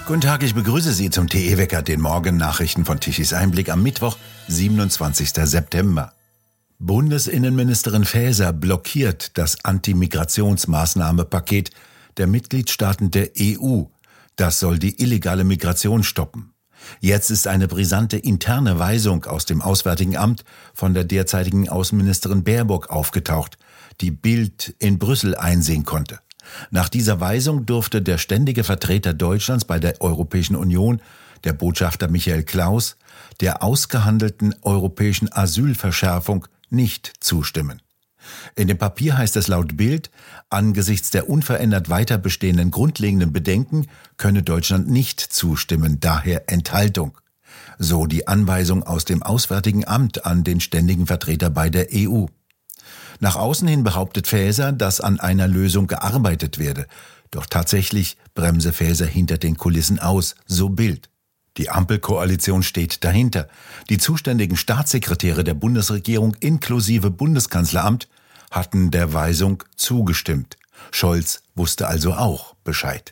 Guten Tag, ich begrüße Sie zum TE-Wecker, den Morgennachrichten von Tichys Einblick am Mittwoch, 27. September. Bundesinnenministerin Faeser blockiert das Anti-Migrationsmaßnahmenpaket der Mitgliedstaaten der EU. Das soll die illegale Migration stoppen. Jetzt ist eine brisante interne Weisung aus dem Auswärtigen Amt von der derzeitigen Außenministerin Baerbock aufgetaucht, die Bild in Brüssel einsehen konnte. Nach dieser Weisung durfte der ständige Vertreter Deutschlands bei der Europäischen Union, der Botschafter Michael Klaus, der ausgehandelten europäischen Asylverschärfung nicht zustimmen. In dem Papier heißt es laut Bild, angesichts der unverändert weiter bestehenden grundlegenden Bedenken könne Deutschland nicht zustimmen, daher Enthaltung. So die Anweisung aus dem Auswärtigen Amt an den ständigen Vertreter bei der EU. Nach außen hin behauptet Faeser, dass an einer Lösung gearbeitet werde. Doch tatsächlich bremse Faeser hinter den Kulissen aus, so Bild. Die Ampelkoalition steht dahinter. Die zuständigen Staatssekretäre der Bundesregierung inklusive Bundeskanzleramt hatten der Weisung zugestimmt. Scholz wusste also auch Bescheid.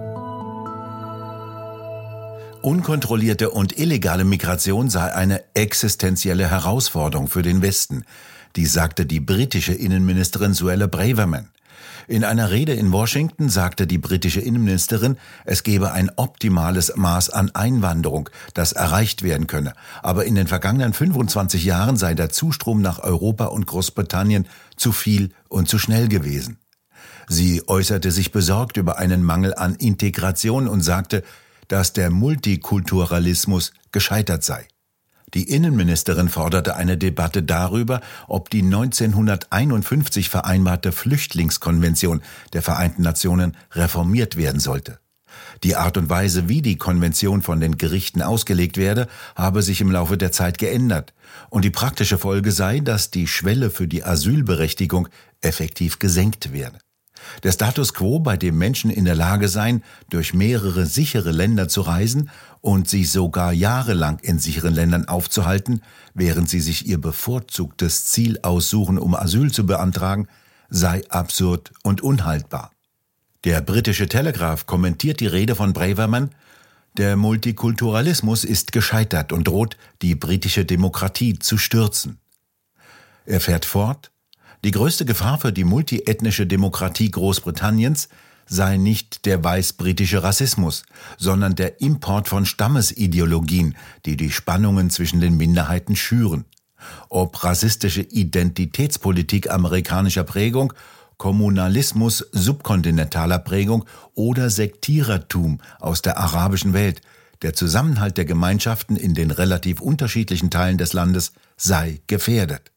Unkontrollierte und illegale Migration sei eine existenzielle Herausforderung für den Westen. Dies sagte die britische Innenministerin Suella Braverman. In einer Rede in Washington sagte die britische Innenministerin, es gebe ein optimales Maß an Einwanderung, das erreicht werden könne. Aber in den vergangenen 25 Jahren sei der Zustrom nach Europa und Großbritannien zu viel und zu schnell gewesen. Sie äußerte sich besorgt über einen Mangel an Integration und sagte, dass der Multikulturalismus gescheitert sei. Die Innenministerin forderte eine Debatte darüber, ob die 1951 vereinbarte Flüchtlingskonvention der Vereinten Nationen reformiert werden sollte. Die Art und Weise, wie die Konvention von den Gerichten ausgelegt werde, habe sich im Laufe der Zeit geändert. Und die praktische Folge sei, dass die Schwelle für die Asylberechtigung effektiv gesenkt werde. Der Status quo, bei dem Menschen in der Lage seien, durch mehrere sichere Länder zu reisen und sich sogar jahrelang in sicheren Ländern aufzuhalten, während sie sich ihr bevorzugtes Ziel aussuchen, um Asyl zu beantragen, sei absurd und unhaltbar. Der britische Telegraph kommentiert die Rede von Braverman: Der Multikulturalismus ist gescheitert und droht, die britische Demokratie zu stürzen. Er fährt fort: Die größte Gefahr für die multiethnische Demokratie Großbritanniens sei nicht der weiß-britische Rassismus, sondern der Import von Stammesideologien, die die Spannungen zwischen den Minderheiten schüren. Ob rassistische Identitätspolitik amerikanischer Prägung, Kommunalismus subkontinentaler Prägung oder Sektierertum aus der arabischen Welt, der Zusammenhalt der Gemeinschaften in den relativ unterschiedlichen Teilen des Landes sei gefährdet.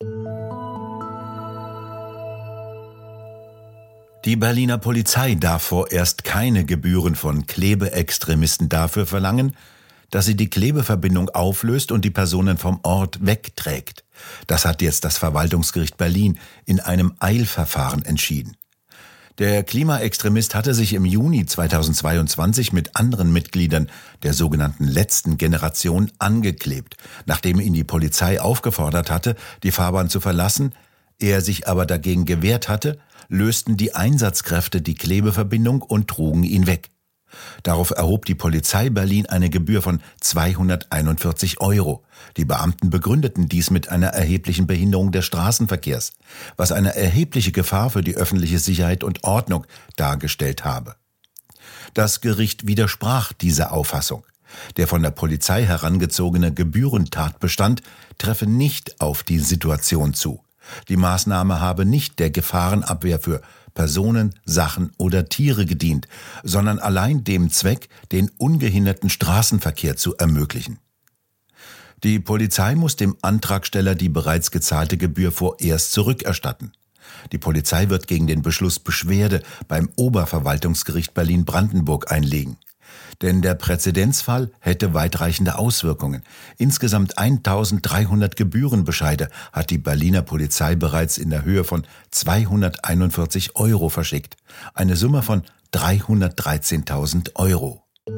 Die Berliner Polizei darf vorerst keine Gebühren von Klebeextremisten dafür verlangen, dass sie die Klebeverbindung auflöst und die Personen vom Ort wegträgt. Das hat jetzt das Verwaltungsgericht Berlin in einem Eilverfahren entschieden. Der Klimaextremist hatte sich im Juni 2022 mit anderen Mitgliedern der sogenannten letzten Generation angeklebt, nachdem ihn die Polizei aufgefordert hatte, die Fahrbahn zu verlassen, er sich aber dagegen gewehrt hatte, lösten die Einsatzkräfte die Klebeverbindung und trugen ihn weg. Darauf erhob die Polizei Berlin eine Gebühr von 241 €. Die Beamten begründeten dies mit einer erheblichen Behinderung des Straßenverkehrs, was eine erhebliche Gefahr für die öffentliche Sicherheit und Ordnung dargestellt habe. Das Gericht widersprach dieser Auffassung. Der von der Polizei herangezogene Gebührentatbestand treffe nicht auf die Situation zu. Die Maßnahme habe nicht der Gefahrenabwehr für Personen, Sachen oder Tiere gedient, sondern allein dem Zweck, den ungehinderten Straßenverkehr zu ermöglichen. Die Polizei muss dem Antragsteller die bereits gezahlte Gebühr vorerst zurückerstatten. Die Polizei wird gegen den Beschluss Beschwerde beim Oberverwaltungsgericht Berlin-Brandenburg einlegen. Denn der Präzedenzfall hätte weitreichende Auswirkungen. Insgesamt 1.300 Gebührenbescheide hat die Berliner Polizei bereits in der Höhe von 241 € verschickt. Eine Summe von 313.000 €.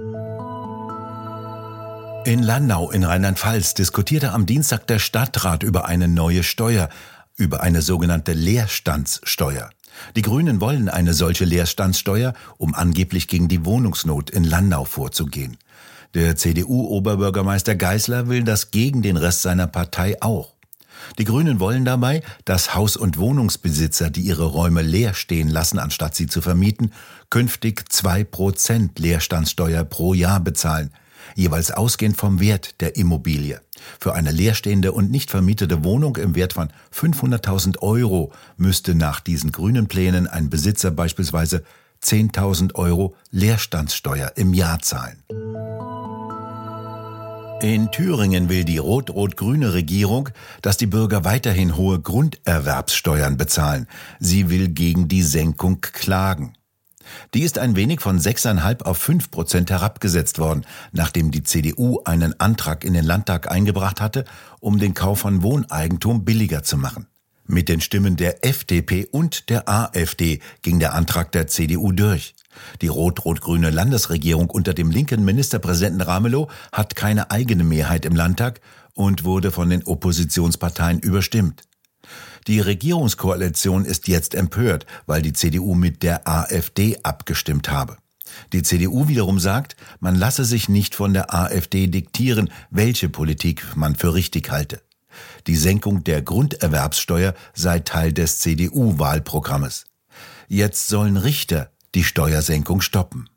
In Landau in Rheinland-Pfalz diskutierte am Dienstag der Stadtrat über eine neue Steuer, über eine sogenannte Leerstandssteuer. Die Grünen wollen eine solche Leerstandssteuer, um angeblich gegen die Wohnungsnot in Landau vorzugehen. Der CDU-Oberbürgermeister Geisler will das gegen den Rest seiner Partei auch. Die Grünen wollen dabei, dass Haus- und Wohnungsbesitzer, die ihre Räume leer stehen lassen, anstatt sie zu vermieten, künftig 2% Leerstandssteuer pro Jahr bezahlen, jeweils ausgehend vom Wert der Immobilie. Für eine leerstehende und nicht vermietete Wohnung im Wert von 500.000 € müsste nach diesen grünen Plänen ein Besitzer beispielsweise 10.000 € Leerstandssteuer im Jahr zahlen. In Thüringen will die rot-rot-grüne Regierung, dass die Bürger weiterhin hohe Grunderwerbssteuern bezahlen. Sie will gegen die Senkung klagen. Die ist ein wenig von 6,5 auf 5% herabgesetzt worden, nachdem die CDU einen Antrag in den Landtag eingebracht hatte, um den Kauf von Wohneigentum billiger zu machen. Mit den Stimmen der FDP und der AfD ging der Antrag der CDU durch. Die rot-rot-grüne Landesregierung unter dem linken Ministerpräsidenten Ramelow hat keine eigene Mehrheit im Landtag und wurde von den Oppositionsparteien überstimmt. Die Regierungskoalition ist jetzt empört, weil die CDU mit der AfD abgestimmt habe. Die CDU wiederum sagt, man lasse sich nicht von der AfD diktieren, welche Politik man für richtig halte. Die Senkung der Grunderwerbssteuer sei Teil des CDU-Wahlprogrammes. Jetzt sollen Richter die Steuersenkung stoppen.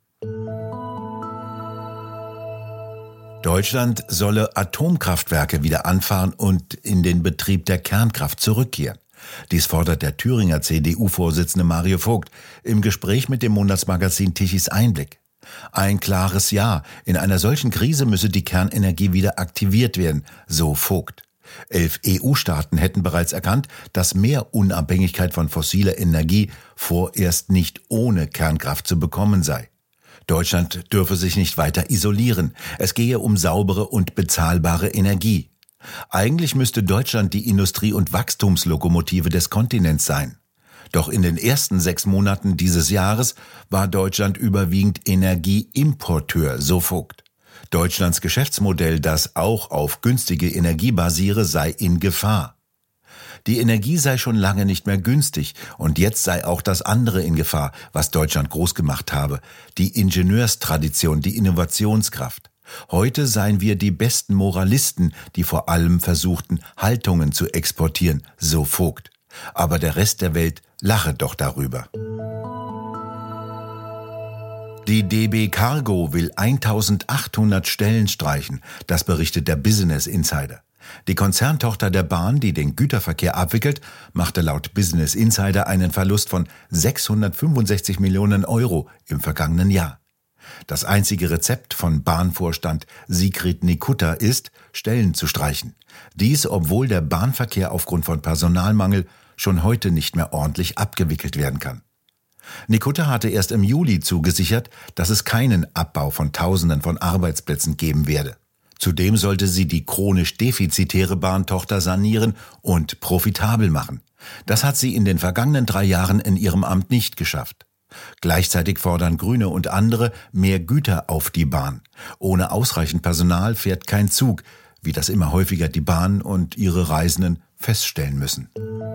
Deutschland solle Atomkraftwerke wieder anfahren und in den Betrieb der Kernkraft zurückkehren. Dies fordert der Thüringer CDU-Vorsitzende Mario Vogt im Gespräch mit dem Monatsmagazin Tichys Einblick. Ein klares Ja, in einer solchen Krise müsse die Kernenergie wieder aktiviert werden, so Vogt. 11 EU-Staaten hätten bereits erkannt, dass mehr Unabhängigkeit von fossiler Energie vorerst nicht ohne Kernkraft zu bekommen sei. Deutschland dürfe sich nicht weiter isolieren. Es gehe um saubere und bezahlbare Energie. Eigentlich müsste Deutschland die Industrie- und Wachstumslokomotive des Kontinents sein. Doch in den ersten 6 Monaten dieses Jahres war Deutschland überwiegend Energieimporteur, so Vogt. Deutschlands Geschäftsmodell, das auch auf günstige Energie basiere, sei in Gefahr. Die Energie sei schon lange nicht mehr günstig und jetzt sei auch das andere in Gefahr, was Deutschland groß gemacht habe, die Ingenieurstradition, die Innovationskraft. Heute seien wir die besten Moralisten, die vor allem versuchten, Haltungen zu exportieren, so Vogt. Aber der Rest der Welt lache doch darüber. Die DB Cargo will 1.800 Stellen streichen, das berichtet der Business Insider. Die Konzerntochter der Bahn, die den Güterverkehr abwickelt, machte laut Business Insider einen Verlust von 665 Millionen € im vergangenen Jahr. Das einzige Rezept von Bahnvorstand Sigrid Nikutta ist, Stellen zu streichen. Dies, obwohl der Bahnverkehr aufgrund von Personalmangel schon heute nicht mehr ordentlich abgewickelt werden kann. Nikutta hatte erst im Juli zugesichert, dass es keinen Abbau von Tausenden von Arbeitsplätzen geben werde. Zudem sollte sie die chronisch defizitäre Bahntochter sanieren und profitabel machen. Das hat sie in den vergangenen 3 Jahren in ihrem Amt nicht geschafft. Gleichzeitig fordern Grüne und andere mehr Güter auf die Bahn. Ohne ausreichend Personal fährt kein Zug, wie das immer häufiger die Bahn und ihre Reisenden feststellen müssen.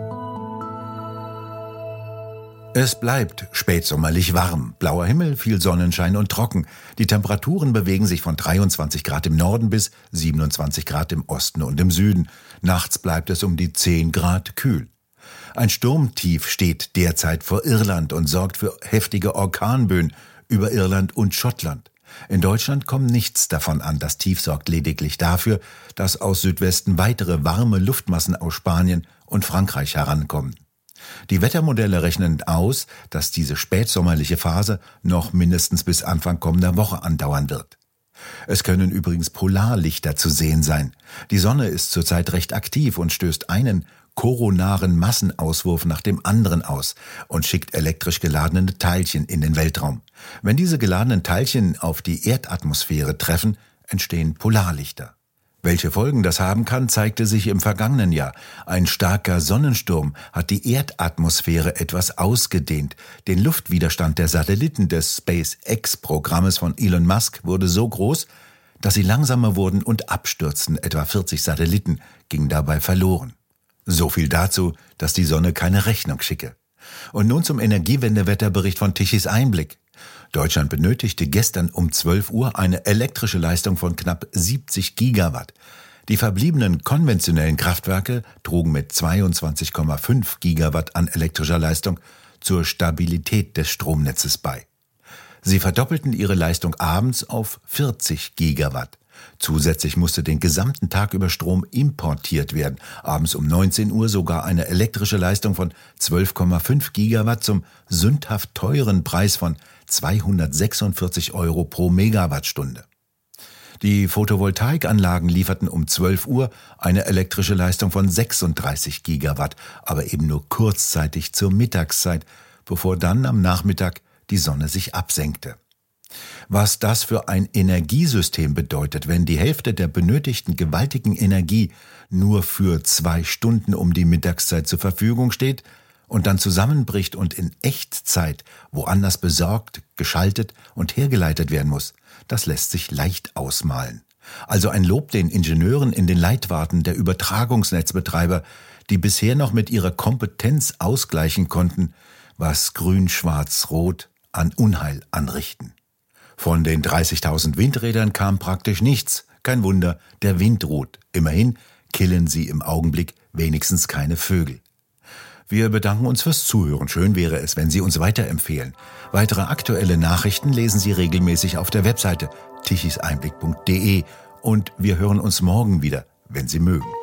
Es bleibt spätsommerlich warm. Blauer Himmel, viel Sonnenschein und trocken. Die Temperaturen bewegen sich von 23 Grad im Norden bis 27 Grad im Osten und im Süden. Nachts bleibt es um die 10 Grad kühl. Ein Sturmtief steht derzeit vor Irland und sorgt für heftige Orkanböen über Irland und Schottland. In Deutschland kommt nichts davon an. Das Tief sorgt lediglich dafür, dass aus Südwesten weitere warme Luftmassen aus Spanien und Frankreich herankommen. Die Wettermodelle rechnen aus, dass diese spätsommerliche Phase noch mindestens bis Anfang kommender Woche andauern wird. Es können übrigens Polarlichter zu sehen sein. Die Sonne ist zurzeit recht aktiv und stößt einen koronaren Massenauswurf nach dem anderen aus und schickt elektrisch geladene Teilchen in den Weltraum. Wenn diese geladenen Teilchen auf die Erdatmosphäre treffen, entstehen Polarlichter. Welche Folgen das haben kann, zeigte sich im vergangenen Jahr. Ein starker Sonnensturm hat die Erdatmosphäre etwas ausgedehnt. Den Luftwiderstand der Satelliten des SpaceX-Programmes von Elon Musk wurde so groß, dass sie langsamer wurden und abstürzten. Etwa 40 Satelliten gingen dabei verloren. So viel dazu, dass die Sonne keine Rechnung schicke. Und nun zum Energiewendewetterbericht von Tichys Einblick. Deutschland benötigte gestern um 12 Uhr eine elektrische Leistung von knapp 70 Gigawatt. Die verbliebenen konventionellen Kraftwerke trugen mit 22,5 Gigawatt an elektrischer Leistung zur Stabilität des Stromnetzes bei. Sie verdoppelten ihre Leistung abends auf 40 Gigawatt. Zusätzlich musste den gesamten Tag über Strom importiert werden. Abends um 19 Uhr sogar eine elektrische Leistung von 12,5 Gigawatt zum sündhaft teuren Preis von 246 € pro Megawattstunde. Die Photovoltaikanlagen lieferten um 12 Uhr eine elektrische Leistung von 36 Gigawatt, aber eben nur kurzzeitig zur Mittagszeit, bevor dann am Nachmittag die Sonne sich absenkte. Was das für ein Energiesystem bedeutet, wenn die Hälfte der benötigten gewaltigen Energie nur für 2 Stunden um die Mittagszeit zur Verfügung steht und dann zusammenbricht und in Echtzeit woanders besorgt, geschaltet und hergeleitet werden muss, das lässt sich leicht ausmalen. Also ein Lob den Ingenieuren in den Leitwarten der Übertragungsnetzbetreiber, die bisher noch mit ihrer Kompetenz ausgleichen konnten, was Grün, Schwarz, Rot an Unheil anrichten. Von den 30.000 Windrädern kam praktisch nichts. Kein Wunder, der Wind ruht. Immerhin killen sie im Augenblick wenigstens keine Vögel. Wir bedanken uns fürs Zuhören. Schön wäre es, wenn Sie uns weiterempfehlen. Weitere aktuelle Nachrichten lesen Sie regelmäßig auf der Webseite tichiseinblick.de und wir hören uns morgen wieder, wenn Sie mögen.